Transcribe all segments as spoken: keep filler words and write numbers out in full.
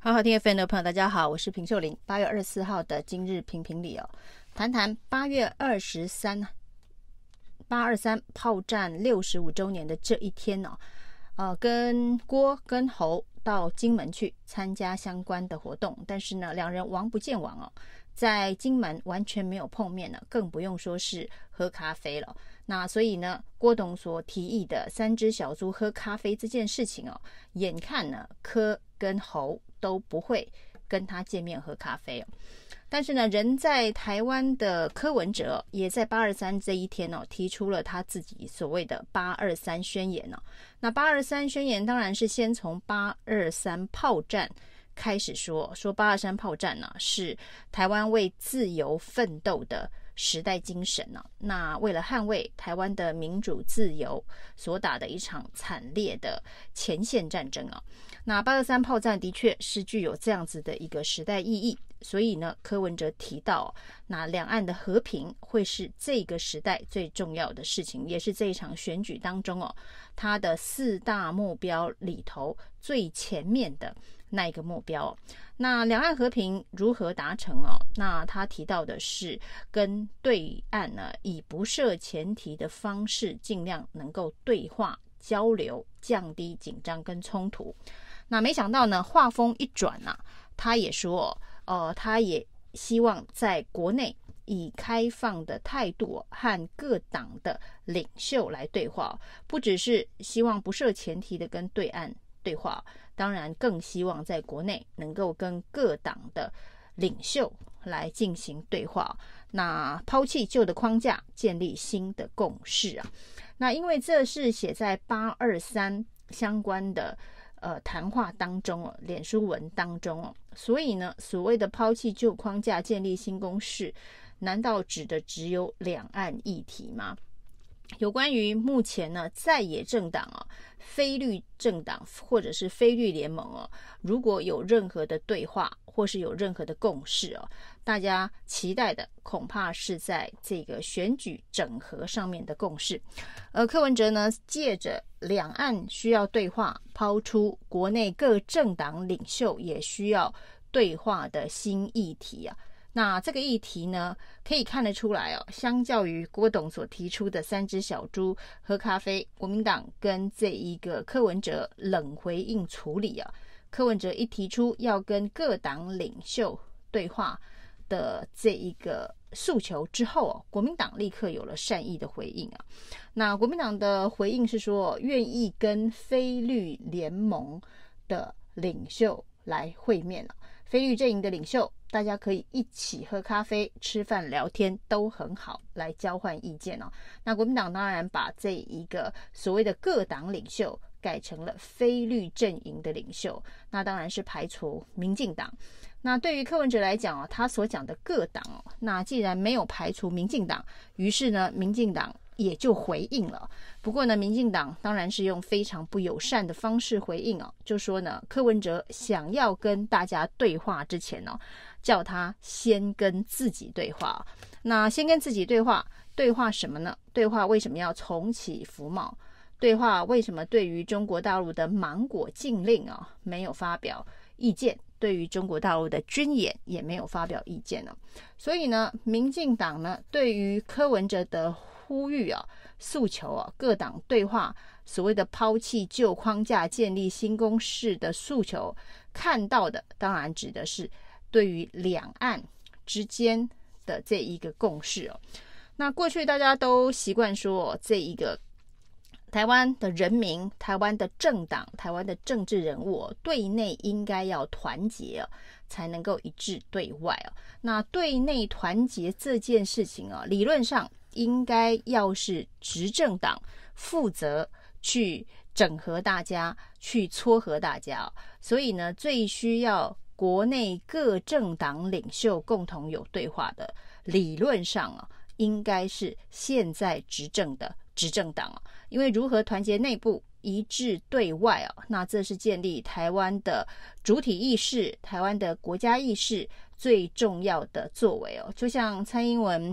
好好听 F M 的朋友大家好，我是平秀玲。八月二十四号的今日评评理哦，谈谈八月二十三八二三炮战六十五周年的这一天哦，呃，跟郭跟侯到金门去参加相关的活动，但是呢，两人王不见王哦，在金门完全没有碰面了，更不用说是喝咖啡了。那所以呢，郭董所提议的三只小猪喝咖啡这件事情哦，眼看呢柯跟侯都不会跟他见面喝咖啡哦。但是呢，人在台湾的柯文哲也在八二三这一天哦，提出了他自己所谓的八二三宣言哦。那八二三宣言当然是先从八二三炮战开始说，说八二三炮战呢、啊、是台湾为自由奋斗的时代精神呢、啊。那为了捍卫台湾的民主自由所打的一场惨烈的前线战争啊。那八二三炮战的确是具有这样子的一个时代意义，所以呢，柯文哲提到，那两岸的和平会是这个时代最重要的事情，也是这一场选举当中哦，他的四大目标里头最前面的那一个目标哦。那两岸和平如何达成哦？那他提到的是跟对岸呢，以不设前提的方式，尽量能够对话交流，降低紧张跟冲突。那没想到呢，话锋一转啊，他也说，呃，他也希望在国内以开放的态度和各党的领袖来对话，不只是希望不设前提的跟对岸对话，当然更希望在国内能够跟各党的领袖来进行对话，那抛弃旧的框架，建立新的共识啊。那因为这是写在八二三相关的呃谈话当中哦，脸书文当中哦，所以呢，所谓的抛弃旧框架，建立新共识，难道指的只有两岸议题吗？有关于目前呢在野政党啊、非绿政党或者是非绿联盟啊，如果有任何的对话或是有任何的共识啊，大家期待的恐怕是在这个选举整合上面的共识。而柯文哲呢，借着两岸需要对话，抛出国内各政党领袖也需要对话的新议题啊。那这个议题呢，可以看得出来哦，相较于郭董所提出的三只小猪喝咖啡，国民党跟这一个柯文哲冷回应处理啊。柯文哲一提出要跟各党领袖对话的这一个诉求之后哦，国民党立刻有了善意的回应啊。那国民党的回应是说，愿意跟非绿联盟的领袖来会面啊。非绿阵营的领袖，大家可以一起喝咖啡、吃饭、聊天，都很好，来交换意见哦。那国民党当然把这一个所谓的各党领袖改成了非绿阵营的领袖，那当然是排除民进党。那对于柯文哲来讲哦，他所讲的各党哦，那既然没有排除民进党，于是呢，民进党也就回应了。不过呢，民进党当然是用非常不友善的方式回应哦，就说呢，柯文哲想要跟大家对话之前哦，叫他先跟自己对话。那先跟自己对话，对话什么呢？对话为什么要重启服贸？对话为什么对于中国大陆的芒果禁令啊、哦、没有发表意见？对于中国大陆的军演也没有发表意见呢？所以呢，民进党呢对于柯文哲的呼吁啊、诉求啊，各党对话，所谓的抛弃旧框架、建立新共识的诉求，看到的当然指的是对于两岸之间的这一个共识哦。那过去大家都习惯说，这一个台湾的人民、台湾的政党、台湾的政治人物、哦、对内应该要团结、哦、才能够一致对外、哦、那对内团结这件事情、哦、理论上应该要是执政党负责去整合大家，去撮合大家、哦、所以呢，最需要国内各政党领袖共同有对话的，理论上、哦、应该是现在执政的执政党、哦、因为如何团结内部一致对外、哦、那这是建立台湾的主体意识、台湾的国家意识最重要的作为哦。就像蔡英文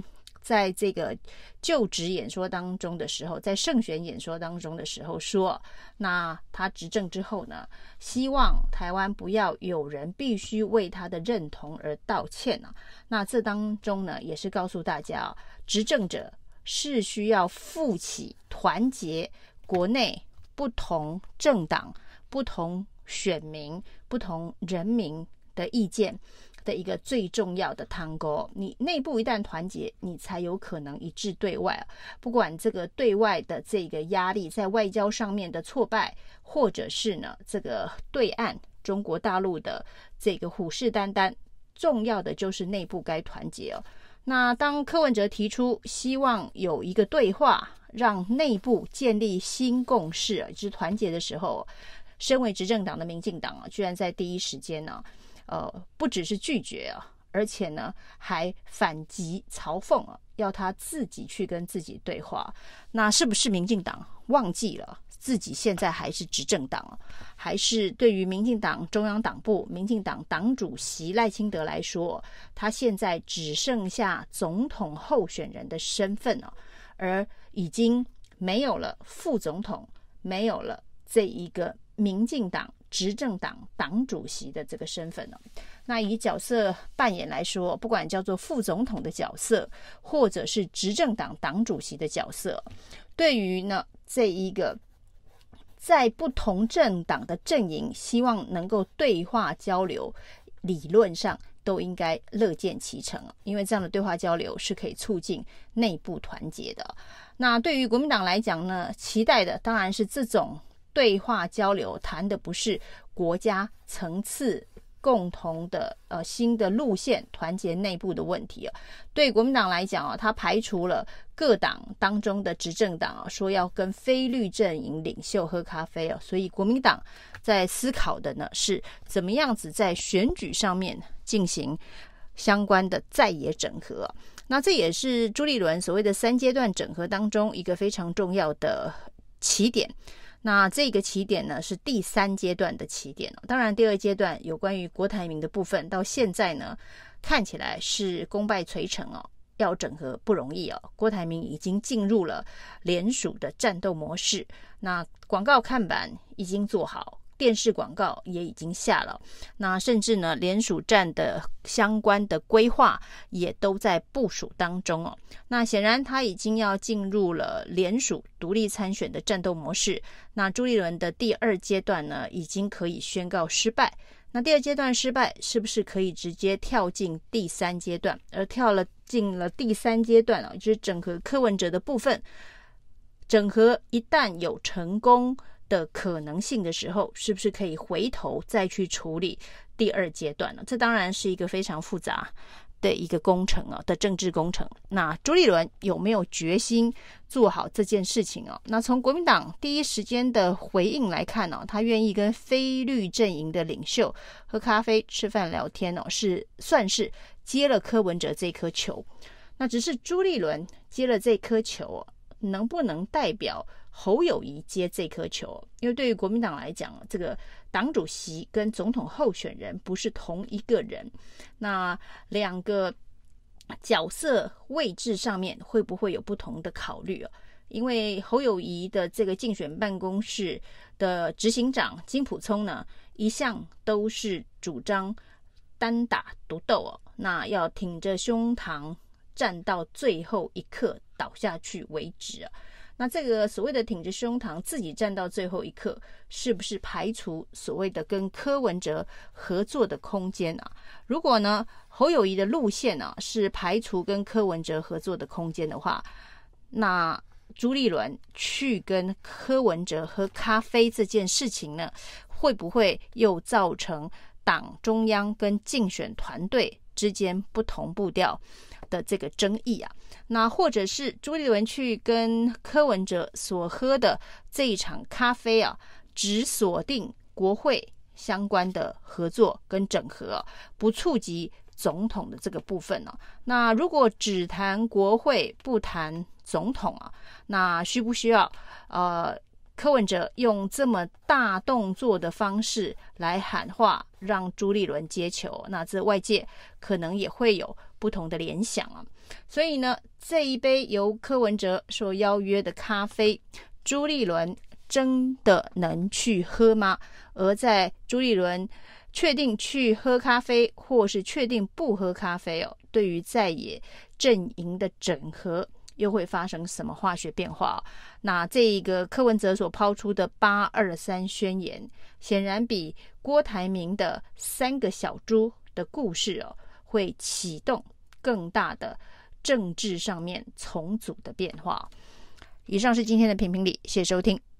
在这个就职演说当中的时候，在胜选演说当中的时候说，那他执政之后呢，希望台湾不要有人必须为他的认同而道歉啊。那这当中呢，也是告诉大家啊，执政者是需要负起团结国内不同政党、不同选民、不同人民的意见的一个最重要的汤锅。你内部一旦团结，你才有可能一致对外。不管这个对外的这个压力，在外交上面的挫败，或者是呢这个对岸中国大陆的这个虎视眈眈，重要的就是内部该团结哦。那当柯文哲提出希望有一个对话，让内部建立新共识，就是团结的时候，身为执政党的民进党啊，居然在第一时间呢、啊，呃，不只是拒绝啊，而且呢还反击嘲讽啊，要他自己去跟自己对话。那是不是民进党忘记了自己现在还是执政党啊？还是对于民进党中央党部、民进党党主席赖清德来说，他现在只剩下总统候选人的身份啊，而已经没有了副总统，没有了这一个民进党执政党党主席的这个身份呢、哦？那以角色扮演来说，不管叫做副总统的角色，或者是执政党党主席的角色，对于呢这一个在不同政党的阵营希望能够对话交流，理论上都应该乐见其成，因为这样的对话交流是可以促进内部团结的。那对于国民党来讲呢，期待的当然是这种对话交流谈的不是国家层次共同的呃新的路线，团结内部的问题啊。对国民党来讲啊，他排除了各党当中的执政党啊，说要跟非绿阵营领袖喝咖啡啊，所以国民党在思考的呢是怎么样子在选举上面进行相关的在野整合、啊。那这也是朱立伦所谓的三阶段整合当中一个非常重要的起点。那这个起点呢是第三阶段的起点、哦、当然第二阶段有关于郭台铭的部分，到现在呢看起来是功败垂成哦，要整合不容易哦。郭台铭已经进入了联署的战斗模式，那广告看板已经做好，电视广告也已经下了，那甚至呢联署战的相关的规划也都在部署当中哦。那显然他已经要进入了联署独立参选的战斗模式。那朱立伦的第二阶段呢已经可以宣告失败，那第二阶段失败是不是可以直接跳进第三阶段？而跳了进了第三阶段啊，就是整合柯文哲的部分，整合一旦有成功的可能性的时候，是不是可以回头再去处理第二阶段呢？这当然是一个非常复杂的一个工程啊，的政治工程。那朱立伦有没有决心做好这件事情啊？那从国民党第一时间的回应来看呢、啊，他愿意跟非绿阵营的领袖喝咖啡、吃饭、聊天哦、啊，是算是接了柯文哲这颗球。那只是朱立伦接了这颗球、啊，能不能代表侯友宜接这颗球？因为对于国民党来讲，这个党主席跟总统候选人不是同一个人，那两个角色位置上面会不会有不同的考虑？因为侯友宜的这个竞选办公室的执行长金溥聪呢，一向都是主张单打独斗哦，那要挺着胸膛站到最后一刻倒下去为止啊。那这个所谓的挺着胸膛自己站到最后一刻，是不是排除所谓的跟柯文哲合作的空间啊？如果呢侯友宜的路线啊是排除跟柯文哲合作的空间的话，那朱立伦去跟柯文哲喝咖啡这件事情呢，会不会又造成党中央跟竞选团队之间不同步调的这个争议啊？那或者是朱立伦去跟柯文哲所喝的这一场咖啡啊，只锁定国会相关的合作跟整合、啊，不触及总统的这个部分呢、啊？那如果只谈国会不谈总统啊，那需不需要呃柯文哲用这么大动作的方式来喊话让朱立伦接球，那这外界可能也会有不同的联想啊。所以呢，这一杯由柯文哲所邀约的咖啡，朱立伦真的能去喝吗？而在朱立伦确定去喝咖啡，或是确定不喝咖啡哦，对于在野阵营的整合又会发生什么化学变化、哦？那这一个柯文哲所抛出的八二三宣言，显然比郭台铭的三个小猪的故事哦，会启动更大的政治上面重组的变化。以上是今天的评评理，谢谢收听。